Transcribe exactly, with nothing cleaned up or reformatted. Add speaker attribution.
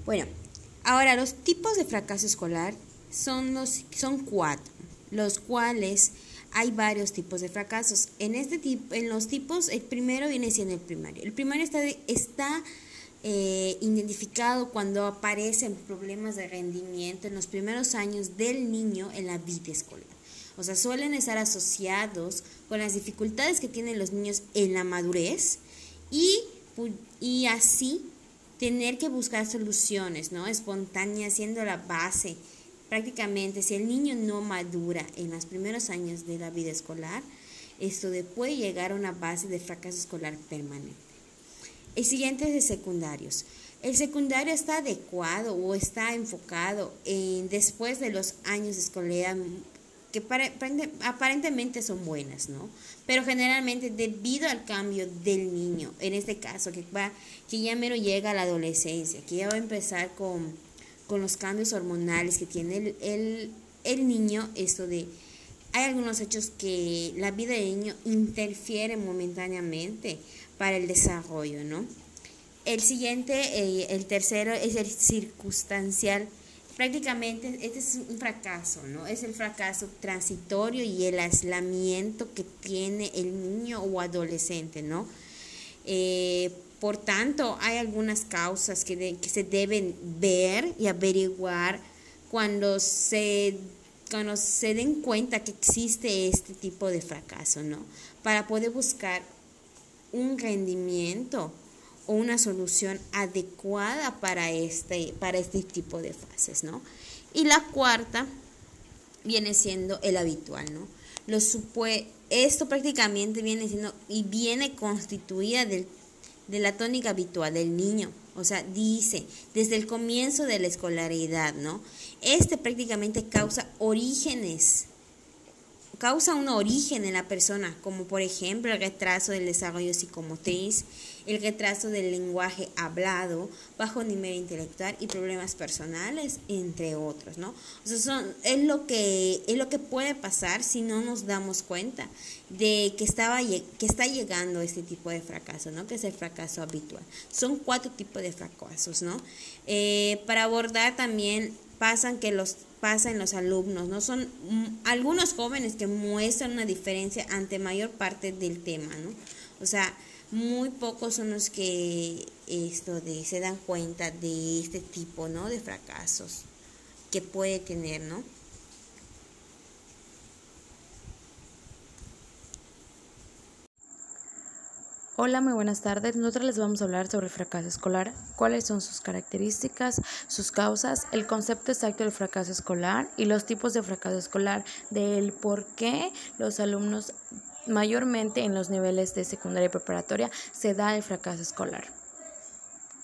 Speaker 1: Bueno, ahora los tipos de fracaso escolar son, los, son cuatro, los cuales hay varios tipos de fracasos. En, este tipo, en los tipos, el primero viene siendo el primario. El primario está, de, está eh, identificado cuando aparecen problemas de rendimiento en los primeros años del niño en la vida escolar. O sea, suelen estar asociados con las dificultades que tienen los niños en la madurez y, y así tener que buscar soluciones, ¿no? espontáneas, siendo la base. Prácticamente, si el niño no madura en los primeros años de la vida escolar, esto puede llegar a una base de fracaso escolar permanente. El siguiente es de secundarios. El secundario está adecuado o está enfocado en después de los años de escolaridad que para, aparentemente son buenas, ¿no? Pero generalmente debido al cambio del niño, en este caso, que, va, que ya mero llega a la adolescencia, que ya va a empezar con, con los cambios hormonales que tiene el, el, el niño, esto de, hay algunos hechos que la vida del niño interfiere momentáneamente para el desarrollo, ¿no? El siguiente, eh, el tercero, es el circunstancial. Prácticamente este es un fracaso, ¿no? Es el fracaso transitorio y el aislamiento que tiene el niño o adolescente, ¿no? Eh, por tanto, hay algunas causas que, de, que se deben ver y averiguar cuando se, cuando se den cuenta que existe este tipo de fracaso, ¿no? Para poder buscar un rendimiento o una solución adecuada para este, para este tipo de fases, ¿no? Y la cuarta viene siendo el habitual, ¿no? Lo supue, esto prácticamente viene siendo y viene constituida del, de la tónica habitual del niño. O sea, dice, desde el comienzo de la escolaridad, ¿no? Este prácticamente causa orígenes causa un origen en la persona, como por ejemplo el retraso del desarrollo psicomotriz, el retraso del lenguaje hablado, bajo nivel intelectual y problemas personales, entre otros, ¿no? O sea, son, es lo que es lo que puede pasar si no nos damos cuenta de que estaba que está llegando este tipo de fracaso, ¿no? Que es el fracaso habitual. Son cuatro tipos de fracasos, ¿no? Eh, para abordar también pasan que los pasa en los alumnos, ¿no? Son m- algunos jóvenes que muestran una diferencia ante mayor parte del tema, ¿no? O sea, muy pocos son los que esto de se dan cuenta de este tipo, ¿no? De fracasos que puede tener, ¿no?
Speaker 2: Hola, muy buenas tardes. Nosotros les vamos a hablar sobre el fracaso escolar, cuáles son sus características, sus causas, el concepto exacto del fracaso escolar y los tipos de fracaso escolar, del por qué los alumnos mayormente en los niveles de secundaria y preparatoria se da el fracaso escolar.